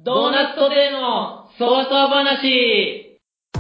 ドーナツソテーのそわそわ話。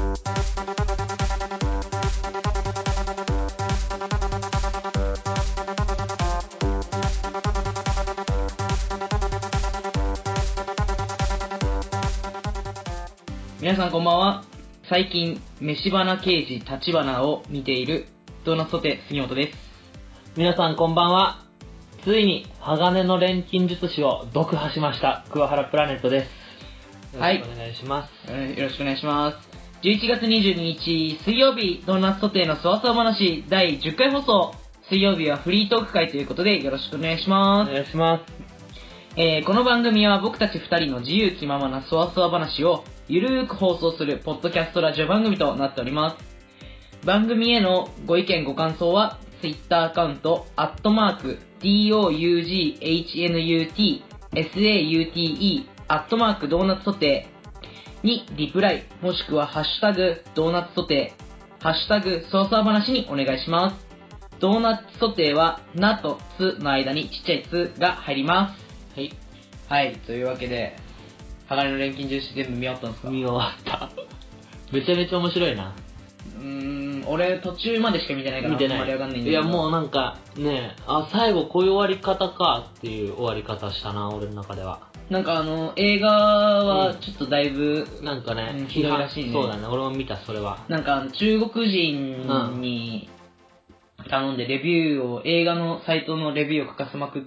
皆さんこんばんは。最近飯花刑事立花を見ているドーナツソテー杉本です。 皆さんこんばんは。ついに鋼の錬金術師を読破しました桑原プラネットです。よろしくお願いします。 よろしくお願いします。11月22日水曜日、ドーナツソテーのそわそわ話第10回放送。水曜日はフリートーク会ということでよろしくお願いします。 お願いします。 この番組は僕たち2人の自由気ままなそわそわ話をゆるーく放送するポッドキャストラジオ番組となっております。番組へのご意見ご感想は Twitter アカウントDOUGHNUTSAUTE ドーナツソテーにリプライもしくはハッシュタグドーナツソテーハッシュタグそわそわ話にお願いします。ドーナツソテーはなとつの間にちっちゃいつが入ります。はい、というわけで鋼の錬金術師全部見終わったんですか？ 見終わった。めちゃめちゃ面白いな。 俺途中までしか見てないから見てない。 あんまりわかんないんだけど。 いやもうなんかね、最後こういう終わり方かっていう終わり方したな、俺の中では。 なんか映画はちょっとだいぶ、 なんかね、 ひどいらしいね。 そうだね、俺も見た、それは。 なんか中国人に頼んでレビューを、映画のサイトのレビューを書かせまくって、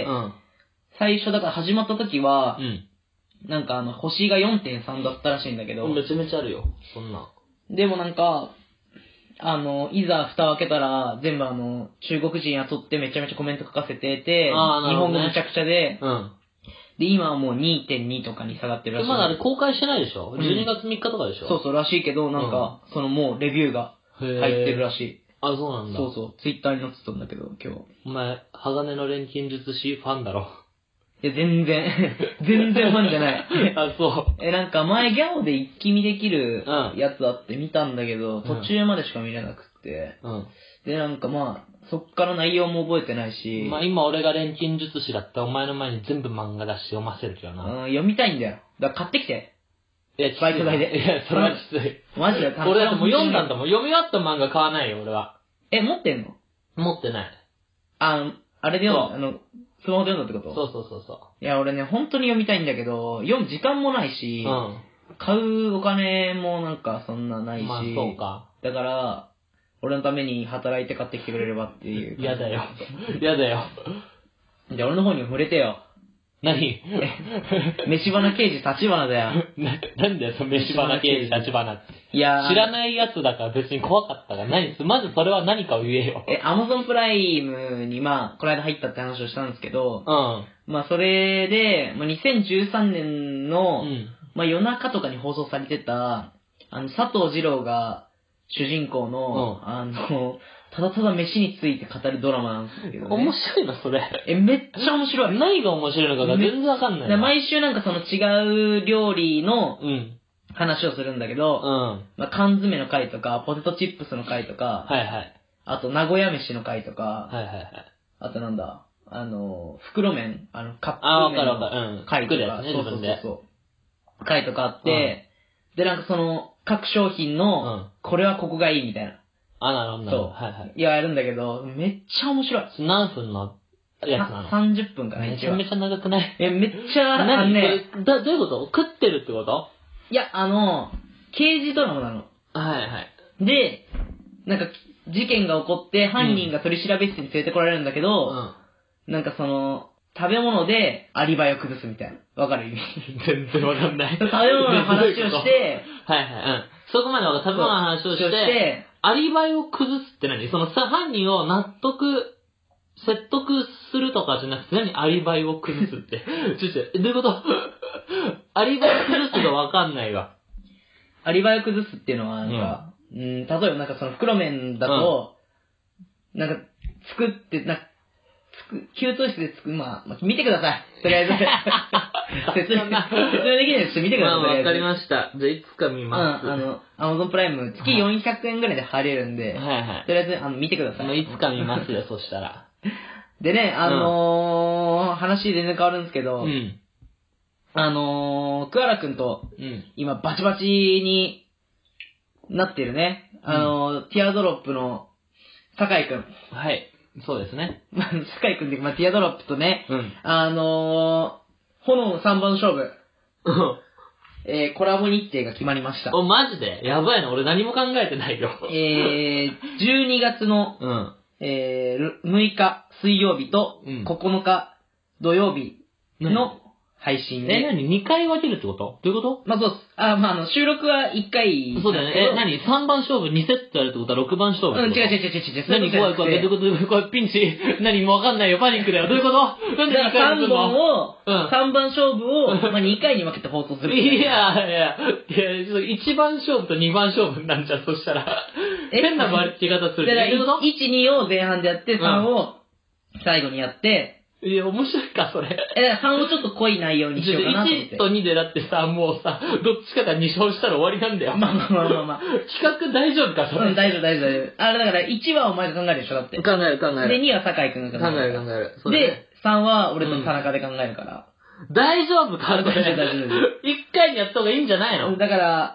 最初だから始まった時は、なんか星が 4.3 だったらしいんだけど。 めちゃめちゃあるよ、そんな。 でもなんか、いざ蓋を開けたら、全部中国人雇ってめちゃめちゃコメント書かせてて、日本語むちゃくちゃで、で、今はもう 2.2 とかに下がってるらしい。 まだあれ公開してないでしょ？ 12 月3日とかでしょ？ そうらしいけど、なんか、もうレビューが入ってるらしい。 そうなんだ。 そう、ツイッターに載ってたんだけど、今日。 お前、鋼の錬金術師ファンだろ。 いや、全然ファンじゃない。 そう。 なんか前ギャオで一気見できるやつあって見たんだけど、途中までしか見れなくって。で、なんかまあ、そっから内容も覚えてないし。 まあ今俺が錬金術師だったらお前の前に全部漫画出して読ませるけどな。 読みたいんだよ。だから買ってきて。 いや、 バイト代で。 いや、それはきつい。 マジで俺だってもう読んだんだもん。読み終わった漫画買わないよ、俺は。 持ってんの？ 持ってない。 あれで読んだ、スマホで読んだってこと？ そう。 いや、俺ね、本当に読みたいんだけど、読む時間もないし、買うお金もなんかそんなないし、 まあそうか。 だから、俺のために働いて買ってきてくれればっていう。 やだよ。 じゃあ俺の方にも触れてよ。 何？ 飯花刑事立花だよ。 なんだよ、その飯花刑事立花って。 いや知らないやつだから別に怖かったが、まずそれは何かを言えよ。 Amazon プライムにこの間入ったって話をしたんですけど、それで、2013年の、夜中とかに放送されてた、佐藤二朗が主人公の、ただただ飯について語るドラマなんですけどね。 面白いな、それ。 めっちゃ面白い。 何が面白いのかが全然わかんない。 毎週なんかその違う料理の話をするんだけど、缶詰の回とか、ポテトチップスの回とか、あと名古屋飯の回とか、あとなんだ、袋麺、カップ麺の回とか、そう回とかあって、でなんかその各商品の、これはここがいいみたいな。 なるほど。 そう。やるんだけど、めっちゃ面白い。 何分のやつなの ？30分かな、 めちゃめちゃ長くない？ めっちゃ、 どういうこと？食ってるってこと？ いや、刑事ドラマなの。で、なんか、事件が起こって、犯人が取り調べ室に連れてこられるんだけど、なんかその、食べ物でアリバイを崩すみたいな。わかる意味？ 全然わかんない。 食べ物の話をして、 そこまで食べ物の話をして、アリバイを崩すって何？その犯人を説得するとかじゃなくて、何アリバイを崩すって。どういうこと？アリバイを崩すがわかんないわ。 アリバイを崩すっていうのは、なんか、例えばなんかその袋麺だと、なんか、作って、給湯室で見てください。とりあえず。説明できないです。見てください。 わかりました。じゃあいつか見ます。 Amazon プライム、月400円ぐらいで入れるんで、とりあえず、見てください。 いつか見ますよ、そしたら。 でね、話全然変わるんですけど、 桑原くんと、今バチバチになってるね。ティアドロップの酒井くん。 はい。そうですね。 酒井くんって、ティアドロップとね、炎の3番勝負。コラボ日程が決まりました。 マジでやばいな、俺何も考えてないよ。 12月の、6日水曜日と9日土曜日の配信で。 何 ?2 回分けるってことどういうこと？ そうっす。収録は1回。 そうだよね。何 ?3 番勝負2セットやるってことは6番勝負。 違う。 何怖い。どういうことこれピンチ。何もうわかんないよ。パニックだよ。どういうことなんで2回 3本を、3番勝負を、2回に分けて放送する。 いや、1番勝負と2番勝負なんじゃん、そしたら。変な割り方する。 1、2を前半でやって、3を最後にやって、 いや、面白いか、それ。 3をちょっと濃い内容にしようかなと思って。 1と2でだってさ、もうさ、どっちかが2勝したら終わりなんだよ。 まあ。 企画大丈夫か、それ。 大丈夫。あれだから1はお前が考えるでしょ、だって。 考える。 で、2は酒井くんが考える。 で、3は俺と田中で考えるから。 大丈夫か、 大丈夫。 1回にやった方がいいんじゃないの？ だから、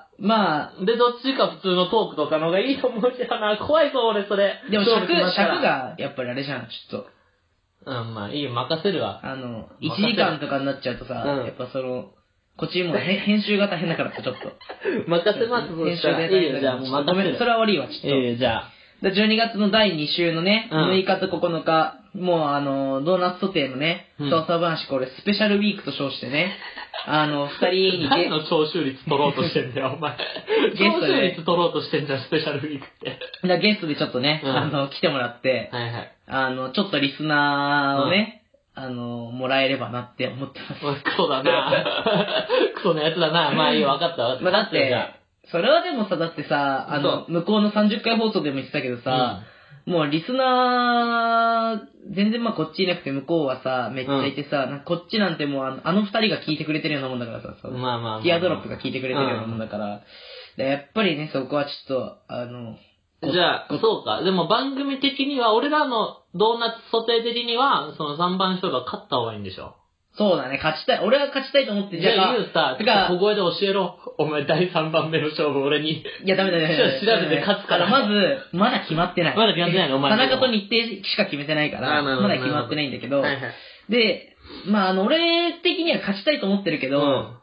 で、どっちか普通のトークとかの方がいいと思うじゃな。怖いぞ、俺、それ。 でも尺が、やっぱりあれじゃん、ちょっと。 いいよ、任せるわ。 1時間とかになっちゃうとさ、やっぱこっちも編集が大変だからさ、ちょっと。 任せます、 編集で大変だから。もうごめん、それは悪いわ、ちょっと。 じゃあ。 12月の第2週のね、6日と9日、もうドーナツソテーのね、操作話これスペシャルウィークと称してね、2人に何の聴取率取ろうとしてんだよ、お前。聴取率取ろうとしてんじゃん、スペシャルウィークって。 ゲストでちょっとね、来てもらって、ちょっとリスナーをね、もらえればなって思ってます。 クソだなクソのやつだな。まあいいよ、分かった。 だって、それはでもさ、だってさ、向こうの30回放送でも言ってたけどさ、もうリスナー、全然こっちいなくて向こうはさ、めっちゃいてさ、こっちなんてもうあの二人が聞いてくれてるようなもんだからさ、ティアドロップが聞いてくれてるようなもんだから、やっぱりね、そこはちょっと、 じゃあ、そうか。でも番組的には、俺らのドーナツソテー的には、その3番勝負は勝った方がいいんでしょ？ そうだね、勝ちたい。俺は勝ちたいと思って、 じゃあ言うさ、小声で教えろ。お前第3番目の勝負俺に。 いや、ダメ。調べて勝つから。 まだ決まってない。 まだ決まってないのお前。 田中と日程しか決めてないから、まだ決まってないんだけど、で、俺的には勝ちたいと思ってるけど、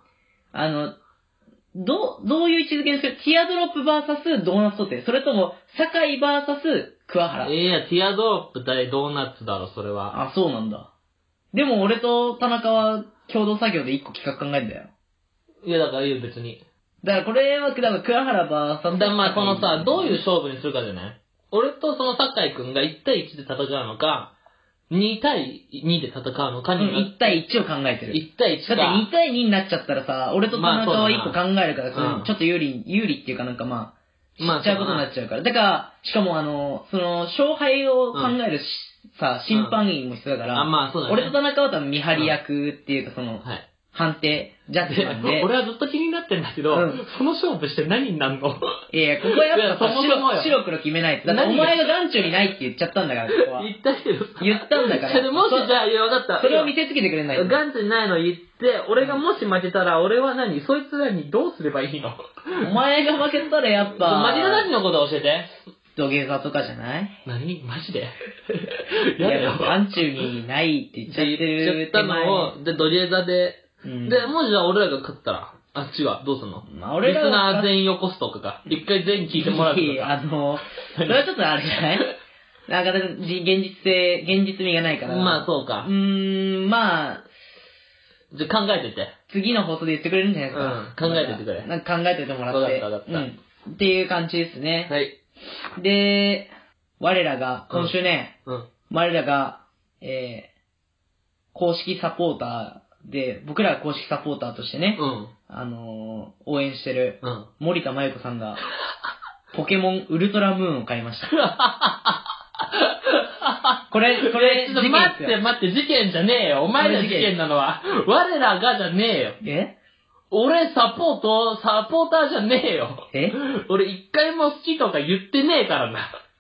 どういう位置づけにする？ティアドロップ VS ドーナツソテー、それとも、酒井 VS 桑原。 いや、ティアドロップ対ドーナツだろ、それは。 あ、そうなんだ。でも俺と田中は共同作業で1個企画考えるんだよ。 いや、だからいいよ、別に。 だからこれは、桑原 VS このさ、どういう勝負にするかじゃない？俺とその酒井くんが1対1で戦うのか、2対2で戦うのかに、 1対1を考えてる。 1対1か。 だって2対2になっちゃったらさ、俺と田中は1個考えるから、ちょっと有利っていうか知っちゃうことになっちゃうから。だから、しかも勝敗を考える審判員も必要だから、俺と田中は多分見張り役っていうか判定、ジャッジなんで。 俺はずっと気になってんだけど、その勝負して何になんの？ いや、ここはやっぱ白黒決めないと。だってお前が眼中にないって言っちゃったんだから、ここは。 言ったけど。 言ったんだから。 もしじゃあ、いや、分かった。 それを見せつけてくれないと。 眼中にないの言って、俺がもし負けたら、俺はそいつらにどうすればいいの？ お前が負けたらやっぱ。 負けた時のこと教えて。 土下座とかじゃない？ 何？マジで？ いや、眼中にないって言っちゃってる。 言ったのを、で、土下座で、で、もしじゃあ俺らが勝ったら、違う、どうすんの？リスナー全員よこすとかか。一回全員聞いてもらうとか。 それはちょっとあれじゃない？なんか、現実味がないから。 まあ、そうか。じゃあ考えてて。 次の放送で言ってくれるんじゃないですか。 考えててくれ。 なんか考えててもらって。 わかった。 っていう感じですね。 はい。 で、我らが、今週ね、我らが、公式サポーター、で、僕らが公式サポーターとしてね、応援してる、森田真由子さんが、ポケモンウルトラムーンを買いました。これ、事件待って、事件じゃねえよ。お前ら事件なのは。我らがじゃねえよ。俺サポーターじゃねえよ。俺一回も好きとか言ってねえからな。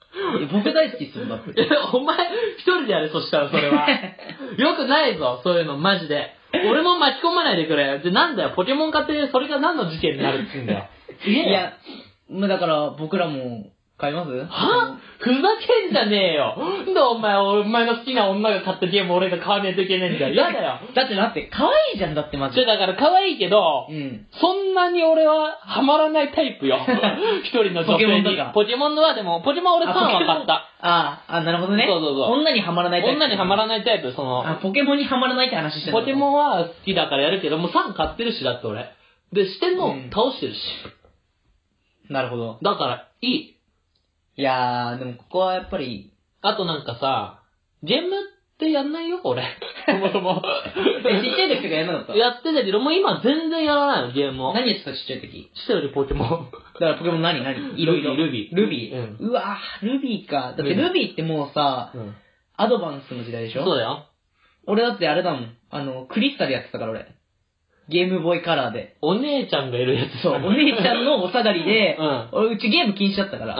僕大好きっすよ、だって。 お前、一人でやれ、そしたらそれは。よくないぞ、そういうの、マジで。俺も巻き込まないでくれ。で、なんだよ、ポケモン買ってそれが何の事件になるって言うんだよ。 いや、まあだから僕らも買います？ は？ふざけんじゃねえよ。なんでお前の好きな女が買ったゲーム俺が買わねえといけねえんだよ。やだよ。 だって可愛いじゃん、だってまず。 だから可愛いけど、そんなに俺はハマらないタイプよ。一人の女性に。ポケモンはでも、ポケモン俺3は買った。 なるほどね。 そう。 女にハマらないタイプ。 女にハマらないタイプ、 ポケモンにハマらないって話してる。 ポケモンは好きだからやるけど、もう3買ってるし、だって俺。で、しても倒してるし。 なるほど。 だから、いい。 いやー、でもここはやっぱり。 あとなんかさ、ゲームってやんないよ、俺。そもそも。 ちっちゃい時とかやんなかった？ やってたけど、もう今全然やらないの、ゲームを。 何やってたちっちゃい時？ してるポケモン。 だからポケモン何いろいろ。 ルビー。うわぁ、ルビーか。だってルビーってもうさ、アドバンスの時代でしょ？ そうだよ。 俺だってあれだもん。クリスタルやってたから俺。ゲームボーイカラーで。 お姉ちゃんがいるやつ。 そう、お姉ちゃんのお下がりで、うちゲーム禁止だったから、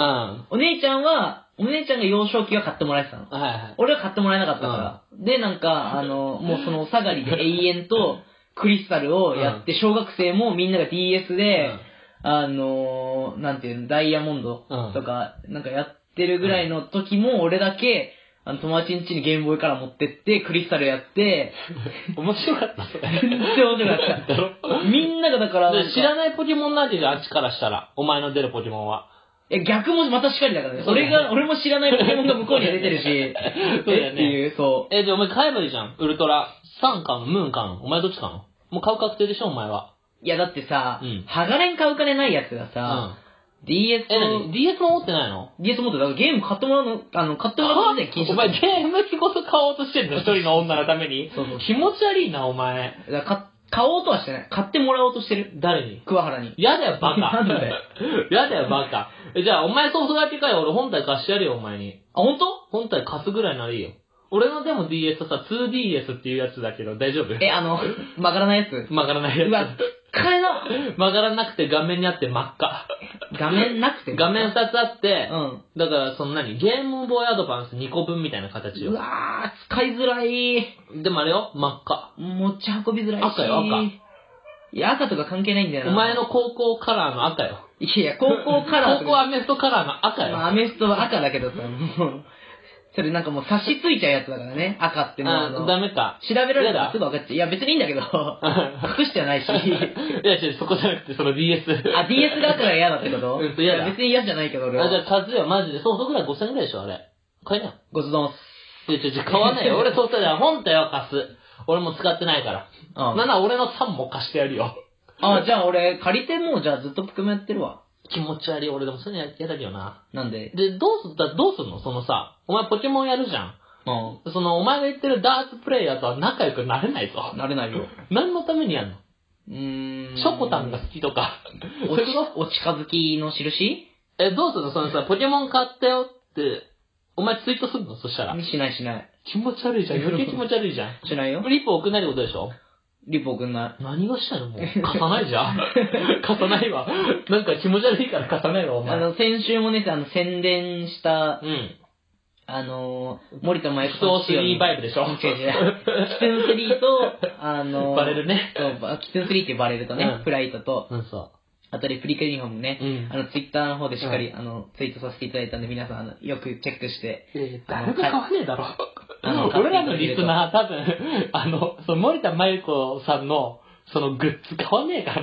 お姉ちゃんが幼少期は買ってもらえてたの。俺は買ってもらえなかったから。で、なんか、もうそのお下がりで永遠とクリスタルをやって、小学生もみんなが DS で、なんていうの、ダイヤモンドとか、なんかやってるぐらいの時も俺だけ、友達ん家にゲームボーイから持ってって、クリスタルやって、 面白かったそれ。 全然面白かった。みんながだから知らないポケモンなんてあっちからしたら、お前の出るポケモンは。 逆もまたしっかりだからね。俺も知らないポケモンが向こうには出てるし。 そうだよね。っていう、そう。 じゃあお前買えばいいじゃん。ウルトラ。サン買うの？ムーン買うの？お前どっち買うの？もう買う確定でしょ、お前は。 いや、だってさ、ハガレン買う金ないやつがさ、DS 何 ?DS も持ってないの？ DS 持ってた。ゲーム買ってもらうの、買ってもらうので禁止。 お前ゲーム機こそ買おうとしてんの？一人の女のために。そう。気持ち悪いな、お前。 買おうとはしてない。買ってもらおうとしてる。 誰に？ 桑原に。 やだよ、バカ。 なんでだよ。 やだよ、バカ。じゃあ、お前ソフトだけかよ。俺本体貸してやるよ、お前に。 本当？ 本体貸すぐらいならいいよ。俺のでも DS さ、2DS っていうやつだけど大丈夫？ 曲がらないやつ？ 曲がらないやつ。 うわ、使えな。 曲がらなくて画面にあって真っ赤。 画面なくて画面2つあって、だからゲームボーイアドバンス2個分みたいな形よ。 うわー、使いづらい。 でもあれよ、真っ赤。 持ち運びづらいし。 赤よ、赤。 いや、赤とか関係ないんだよな。 お前の高校カラーの赤よ。 いや、高校カラー。 高校アメフトカラーの赤よ。 アメフトは赤だけどさ、もう。それなんかもう差し付いちゃうやつだからね。赤ってもうダメか。 調べられたらすぐ分かっちゃう。いや別にいいんだけど、隠してはないし。いや、そこじゃなくてその DS。 DS が赤が嫌だってこと？ いや、 別に嫌じゃないけど俺は。 じゃあ数よ、マジで。そうぐらい5000円ぐらいでしょ、あれ。買えなよ。 ごちそうさまです。買わないよ。俺そうしたら本体は貸す。俺も使ってないから。なんなら俺の3も貸してやるよ。 じゃあ俺借りてもうじゃあずっとポケモンやってるわ。 気持ち悪い。俺でもそういうの嫌だけどな。 なんで？ で、どうすんのお前ポケモンやるじゃん。お前が言ってるダーツプレイヤーとは仲良くなれないぞ。 なれないよ。 何のためにやんの？ショコタンが好きとか。 お近づきの印？ どうすんのポケモン買ったよって、お前ツイートすんの？そしたら。 しない。 気持ち悪いじゃん。余計気持ち悪いじゃん。 しないよ。 リップ送んないってことでしょ？ リップ送んない。 何がしたいの？もう。貸さないじゃん。貸さないわ。なんか気持ち悪いから貸さないわ、お前。 先週もね、宣伝した、森田真由子さん。 キツン3バイブでしょ？ キツン3と、 バレるね。 そう、キツン3っていうバレルとね、フライトと、 そう。 あとレプリカユニフォームね、ツイッターの方でしっかり、ツイートさせていただいたんで、皆さん、よくチェックして。 誰も買わねえだろ。俺らのリスナー、多分、森田真由子さんの、グッズ買わねえから。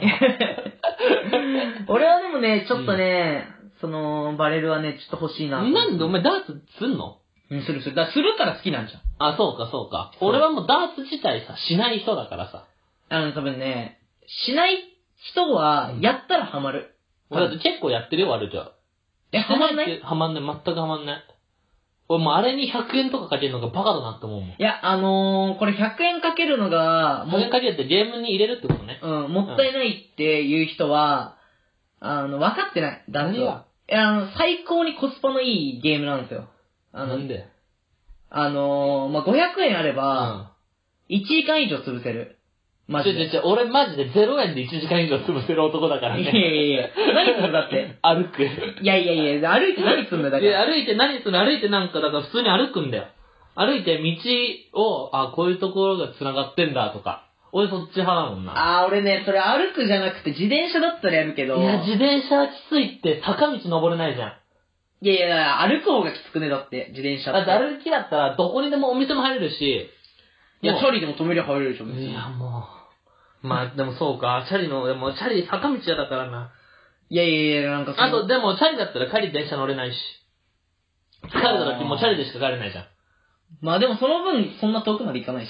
俺はでもね、ちょっとね、バレルはね、ちょっと欲しいな。 なんでお前ダーツすんの？ する。するから好きなんじゃん。 そうか。俺はもうダーツ自体さ、しない人だからさ。 多分ね、しない人は、やったらハマる。 だって結構やってるよ、あれじゃ。 ハマんない？ ハマんない、全くハマんない。俺もうあれに100円とかかけるのがバカだなって思うもん。 いや、これ100円かけるのが、 100円かけるってゲームに入れるってことね。 もったいないっていう人は、分かってない。 何が？ 最高にコスパのいいゲームなんですよ。 なんで 500円あれば、1時間以上潰せる。 マジで。 俺マジで0円で1時間以上潰せる男だからね。 いや。何すんのだって。 歩く。 いや、歩いて何すんのだから。 いや、歩いて何すんの歩いてなんか、だから普通に歩くんだよ。歩いて道を、こういうところが繋がってんだとか。俺そっち派だもんな。 俺ね、それ歩くじゃなくて自転車だったらやるけど。 いや、自転車はきついって坂道登れないじゃん。 いや、歩く方がきつくね、だって、自転車って。 だって歩きだったらどこにでもお店も入れるし。 いや、チャリでも止めりゃ入れるでしょ、 いや、もう。まあ、でもそうか。チャリ坂道屋だからな。 いや、なんかあと、でもチャリだったら帰り電車乗れないし。疲れた時もうチャリでしか帰れないじゃん。 まあでもその分、そんな遠くまで行かないし。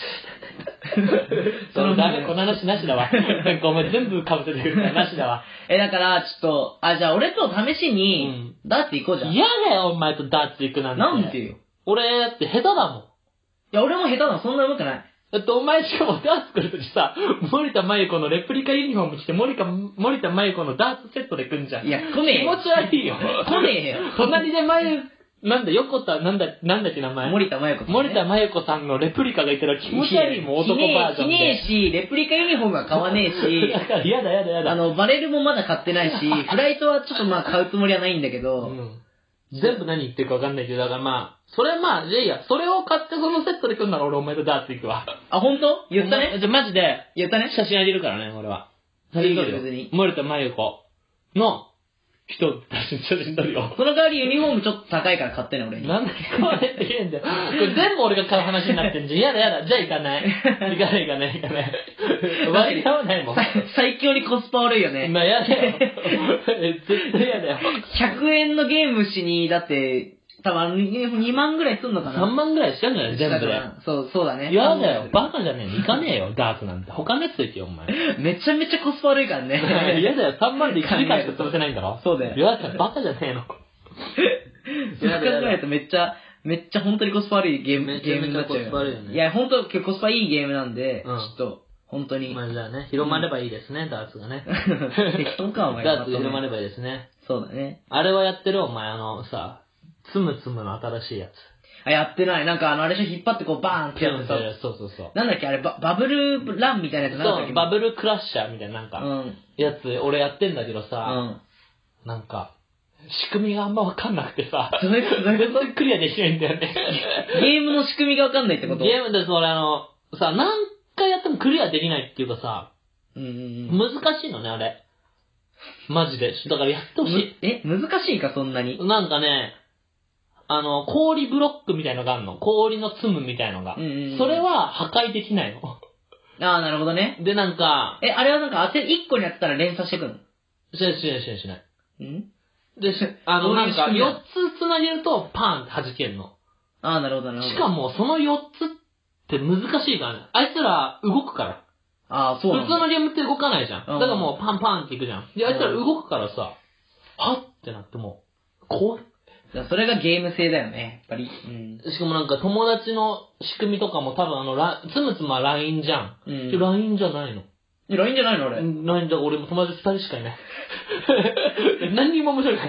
ダメ、この話なしだわ。なんかお前全部被せてくるからなしだわ。 だから、ちょっと、じゃあ俺と試しに、ダーツ行こうじゃん。 嫌だよ、お前とダーツ行くなんて。 なんでよ。 俺、だって下手だもん。いや、俺も下手だもん、そんな上手くない。 だってお前しかもダーツ来るときさ、森田真由子のレプリカユニフォーム着て、森田真由子のダーツセットで来んじゃん。 いや、来ねえよ。気持ち悪いよ。 来ねえよ。 隣で横田、なんだっけ名前。 森田真由子さん、 ね。森田真由子さんのレプリカがいたら気持ち悪いもん、男バージョンで。 着ねえし、レプリカユニフォームは買わねえし。 だから嫌だ。 バレルもまだ買ってないし、フライトはちょっと買うつもりはないんだけど。 全部何言ってるか分かんないけど、だからそれじゃあいいや、それを買ってそのセットで来るなら俺お前とダーツ行くわ。 本当？言ったね。 じゃあマジで、 言ったね。 写真あげるからね、俺は。 写真撮るよ、別に。 森田真由子の人、写真撮るよ。 その代わりユニフォームちょっと高いから買ってね、俺に。 なんでこれって言うんだよ。これ全部俺が買う話になってんじゃん。やだ。じゃあ行かない。行かない。割り合わないもん。 最強にコスパ悪いよね。 まあやだよ。絶対やだよ。 100円のゲームしに、だって、多分2万ぐらいすんのかな。 3万ぐらいしちゃうんじゃない全部で。 そうだね。 やだよ。バカじゃねえの。行かねえよ、ダーツなんて。他のやつと行けよ、お前。 めちゃめちゃコスパ悪いからね。 やだよ、3万で1時間しか潰せないんだろ。 そうだよ。 やだよ、バカじゃねえの。 そう考えるとめっちゃ本当にコスパ悪いゲームになっちゃうよ。 めちゃめちゃコスパ悪いよね。 いや、本当コスパいいゲームなんで、ちょっと、本当に。 まあじゃあね、広まればいいですね、ダーツがね。 適当か、お前。 ダーツ広まればいいですね。 そうだね。 あれはやってるお前、つむつむの新しいやつ。 やってない。なんかあれでしょ、引っ張ってこうバーンってやってさ。 そう。 なんだっけ、あれ、バブルランみたいなやつなんだっけ。 バブルクラッシャーみたいなやつ、俺やってんだけどさ、なんか、仕組みがあんまわかんなくてさ、全然クリアできないんだよね。 ゲームの仕組みがわかんないってこと？ ゲームで何回やってもクリアできないっていうかさ、難しいのね、あれ。マジで。だからやってほしい。 難しいか、そんなに。 なんかね、氷ブロックみたいのがあるの。氷の積むみたいのが。それは破壊できないの。 なるほどね。 で、なんか、 あれはなんか1個にやったら連鎖してくの？ しない。で、なんか4つ繋げるとパーンって弾けるの。 なるほど。 しかもその4つって難しいからね。あいつら動くから。 そうなんだ。 普通のゲームって動かないじゃん。だからもうパンパンっていくじゃん。で、あいつら動くからさ、はっってなっても怖い。 それがゲーム性だよね、やっぱり。 しかもなんか友達の仕組みとかも多分つむつむは LINE じゃん。LINE じゃないの。 LINE じゃないのあれ。 LINE だ、俺も友達2人しかいない。何にも面白くない。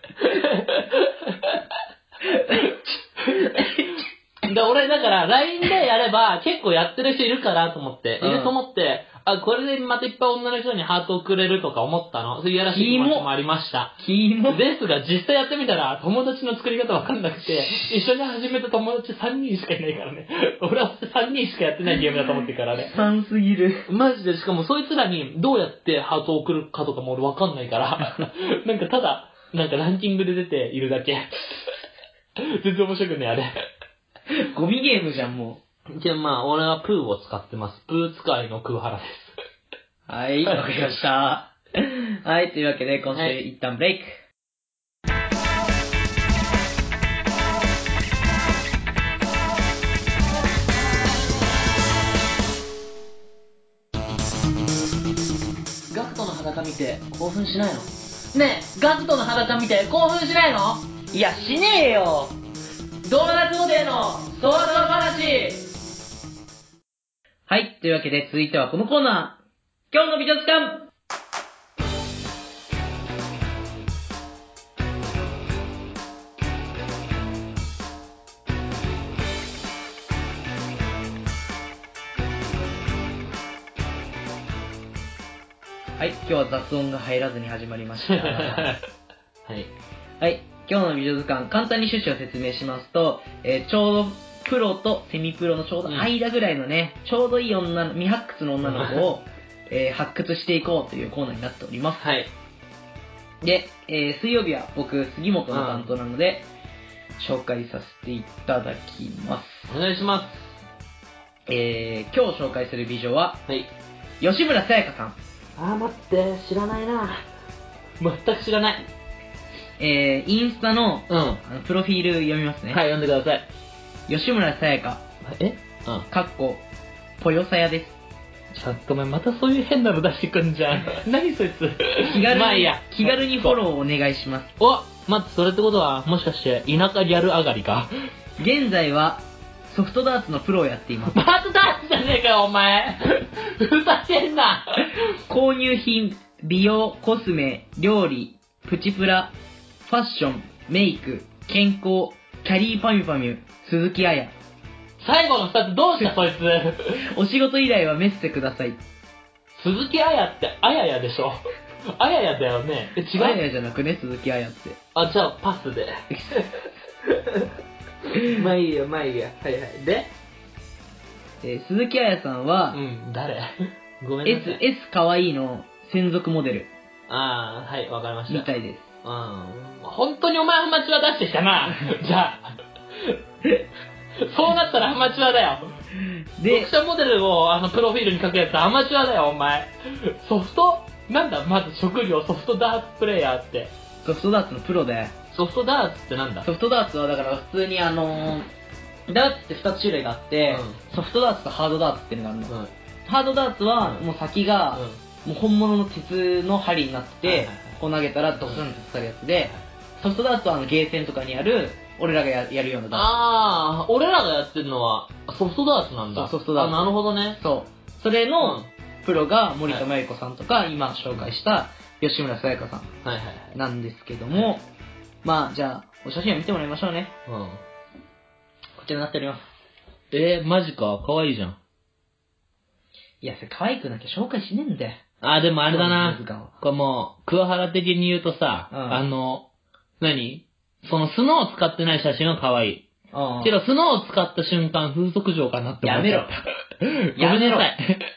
俺だから LINE でやれば結構やってる人いるからと思って、これでまたいっぱい女の人にハートをくれるとか思ったの。そういうやらしい気持ちもありました。ですが実際やってみたら友達の作り方わかんなくて、一緒に始めた友達3人しかいないからね。俺は3人しかやってないゲームだと思ってるからね。 3すぎる。 マジで、しかもそいつらにどうやってハートを送るかとかも俺わかんないから、なんかただ、なんかランキングで出ているだけ。全然面白くねあれ。 ゴミゲームじゃん、もう。じゃあ俺はプーを使ってます。プー使いの空原です。 はい、わかりました。はい、というわけで今週一旦ブレイク。ガクトの裸見て興奮しないの？ ねえ、ガクトの裸見て興奮しないの？ いや、しねえよ。 ドーナツモデルのそわそわ話。 はい、というわけで続いてはこのコーナー。今日の美女図鑑。 はい、今日は雑音が入らずに始まりました。はい。はい、今日の美女図鑑、簡単に趣旨を説明しますと、ちょうどプロとセミプロのちょうど間ぐらいのね、ちょうどいい未発掘の女の子を、発掘していこうというコーナーになっております。 はい。 で、水曜日は僕、杉本の担当なので、紹介させていただきます。 お願いします。 今日紹介する美女は、 はい。 吉村さやかさん。 待って、知らないな。全く知らない。 インスタの、プロフィール読みますね。 はい、読んでください。 吉村さやか。ぽよさやです。 ちょっとお前またそういう変なの出してくんじゃん。何そいつ。 気軽にフォローお願いします。 待って、それってことは、もしかして、田舎ギャル上がりか。 現在は、ソフトダーツのプロをやっています。 またダーツじゃねえかよ、お前。ふざけんな。 購入品、美容、コスメ、料理、プチプラ、ファッション、メイク、健康、キャリーパミュパミュ、鈴木彩。 最後の2つどうしたそいつ。 お仕事依頼はメッセください。 鈴木彩ってあややでしょ。あややだよね。違う。 あややじゃなくね、鈴木彩って。 じゃあパスで。まあいいよ。はいはい。で、 鈴木彩さんは、 誰ごめんなさい。 S かわいいの専属モデル。 はい、わかりました。 みたいです。 本当にお前アマチュア出してきたな。じゃあ。そうなったらアマチュアだよ。で、読者モデルをプロフィールに書くやつアマチュアだよ、お前。なんだ、まず職業ソフトダーツプレイヤーって。 ソフトダーツのプロで。 ソフトダーツってなんだ？ ソフトダーツはだから普通にダーツって2つ種類があって、ソフトダーツとハードダーツっていうのがあるの。ハードダーツはもう先が、もう本物の鉄の針になって、こう投げたらドスンと刺さるやつで、ソフトダーツはゲーセンとかにある、俺らがやるようなダーツ。俺らがやってるのはソフトダーツなんだ。 ソフトダーツ。 なるほどね。 そう。それのプロが森田真由子さんとか、今紹介した吉村さやかさんなんですけども、まあじゃあ、お写真を見てもらいましょうね。こちらになっております。 マジか。かわいいじゃん。 いや、それ可愛くなきゃ紹介しねえんだよ。 でもあれだな。これもう、桑原的に言うとさ、そのスノーを使ってない写真は可愛い。けど、スノーを使った瞬間、風俗嬢かなって思っちゃった。 やめろ。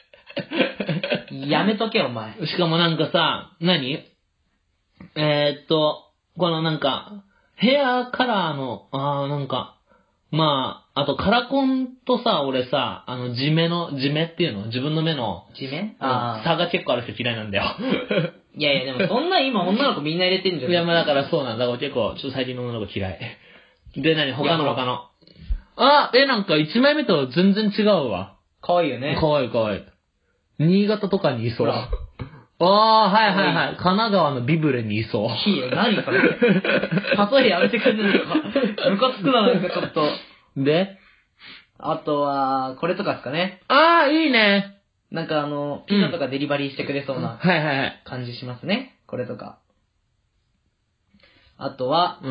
やめとけ、お前。 しかもなんかさ、このなんか、ヘアカラーの、あとカラコンとさ、俺さ、地目っていうの？自分の目の。 地目？ 差が結構ある人嫌いなんだよ。 いやいや、でもそんな今女の子みんな入れてんじゃん。 いや、だからそうなんだ。結構、ちょっと最近の女の子嫌い。で、他の。なんか1枚目と全然違うわ。 かわいいよね。 かわいい。新潟とかにいそう。はい。神奈川のビブレにいそう。 いや、何それ。例えやめてくんないか。ムカつくな、なんかちょっと。 で、 あとは、これとかですかね。 いいね。 なんかピザとかデリバリーしてくれそうな感じしますね。これとか。あとは、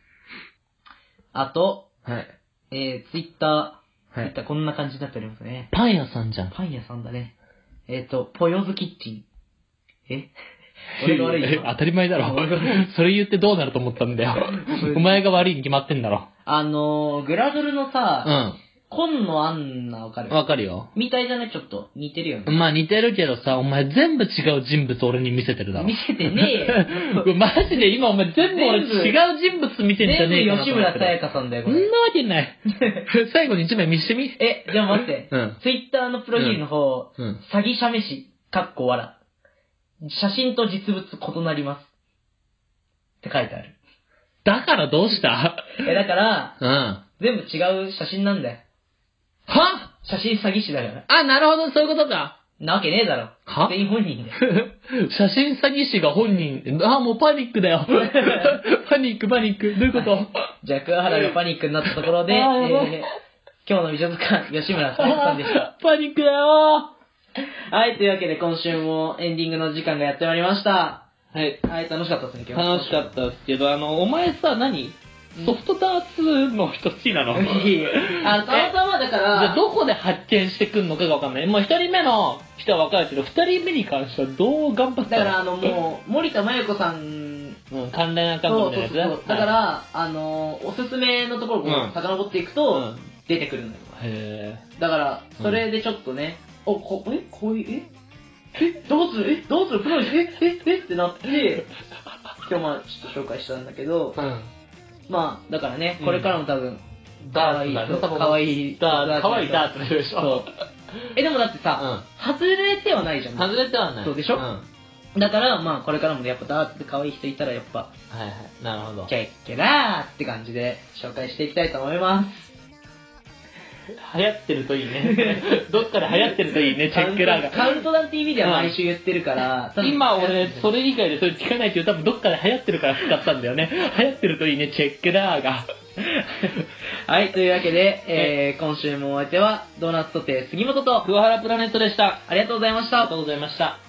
ツイッター、こんな感じになっておりますね。 パン屋さんじゃん。 パン屋さんだね。ポヨズキッチン。俺が悪いよ。 当たり前だろ。それ言ってどうなると思ったんだよ。お前が悪いに決まってんだろ。 グラドルのさ、紺野アンナわかる？ わかるよ。 みたいじゃね？ちょっと。似てるよね。 まあ似てるけどさ、お前全部違う人物俺に見せてるだろ。 見せてねえよ。 マジで今お前全部俺違う人物見てんじゃねえかな。 全部吉村さやかさんだよ、これ。 そんなわけない。最後に一枚見してみ。 じゃあ待って。ツイッターのプロフィールの方、詐欺者飯、笑。写真と実物異なります。って書いてある。 だからどうした？ だから、全部違う写真なんだよ。 は？ 写真詐欺師だよ。 なるほど、そういうことか。 なわけねえだろ。全員本人だよ。 写真詐欺師が本人。もうパニックだよ。パニック。どういうこと？ じゃあ、桑原がパニックになったところで、今日の美女図鑑、吉村さやかさんでした。 パニックだよはい、というわけで今週もエンディングの時間がやってまいりました。はい、楽しかったですね、今日。 楽しかったですけど、お前さ、ソフトダーツの人好きなの？ たまたままあだかじゃあら、 どこで発見してくんのかがわかんない。もう一人目の人はわかるけど、二人目に関してはどう頑張ったの？ だからもう、森田真由子さん、 関連アカウントみたいなやつね。 そう。だから、おすすめのところを遡っていくと、出てくるんだよ。 へだから、それでちょっとね、こういう、どうするプロに、ってなって、今日まあちょっと紹介したんだけど、まあ、だからね、これからも多分、 ダーツだね。 かわいいダーツでしょ。そう。 でもだってさ、外れてはないじゃん。 外れてはない。 そうでしょ？だから、まあ、これからもやっぱダーツで可愛い人いたらやっぱ、 はいはい、なるほど。 チェッケラーって感じで紹介していきたいと思います。 流行ってるといいね。どっかで流行ってるといいね、チェックラーが。 カウントダウン TV では毎週言ってるから、 今俺、それ以外でそれ聞かないけど、多分どっかで流行ってるから使ったんだよね。流行ってるといいね、チェックラーが。 はい、というわけで、今週もお相手は、ドーナツソテー杉本と、 桑原プラネットでした。 ありがとうございました。 ありがとうございました。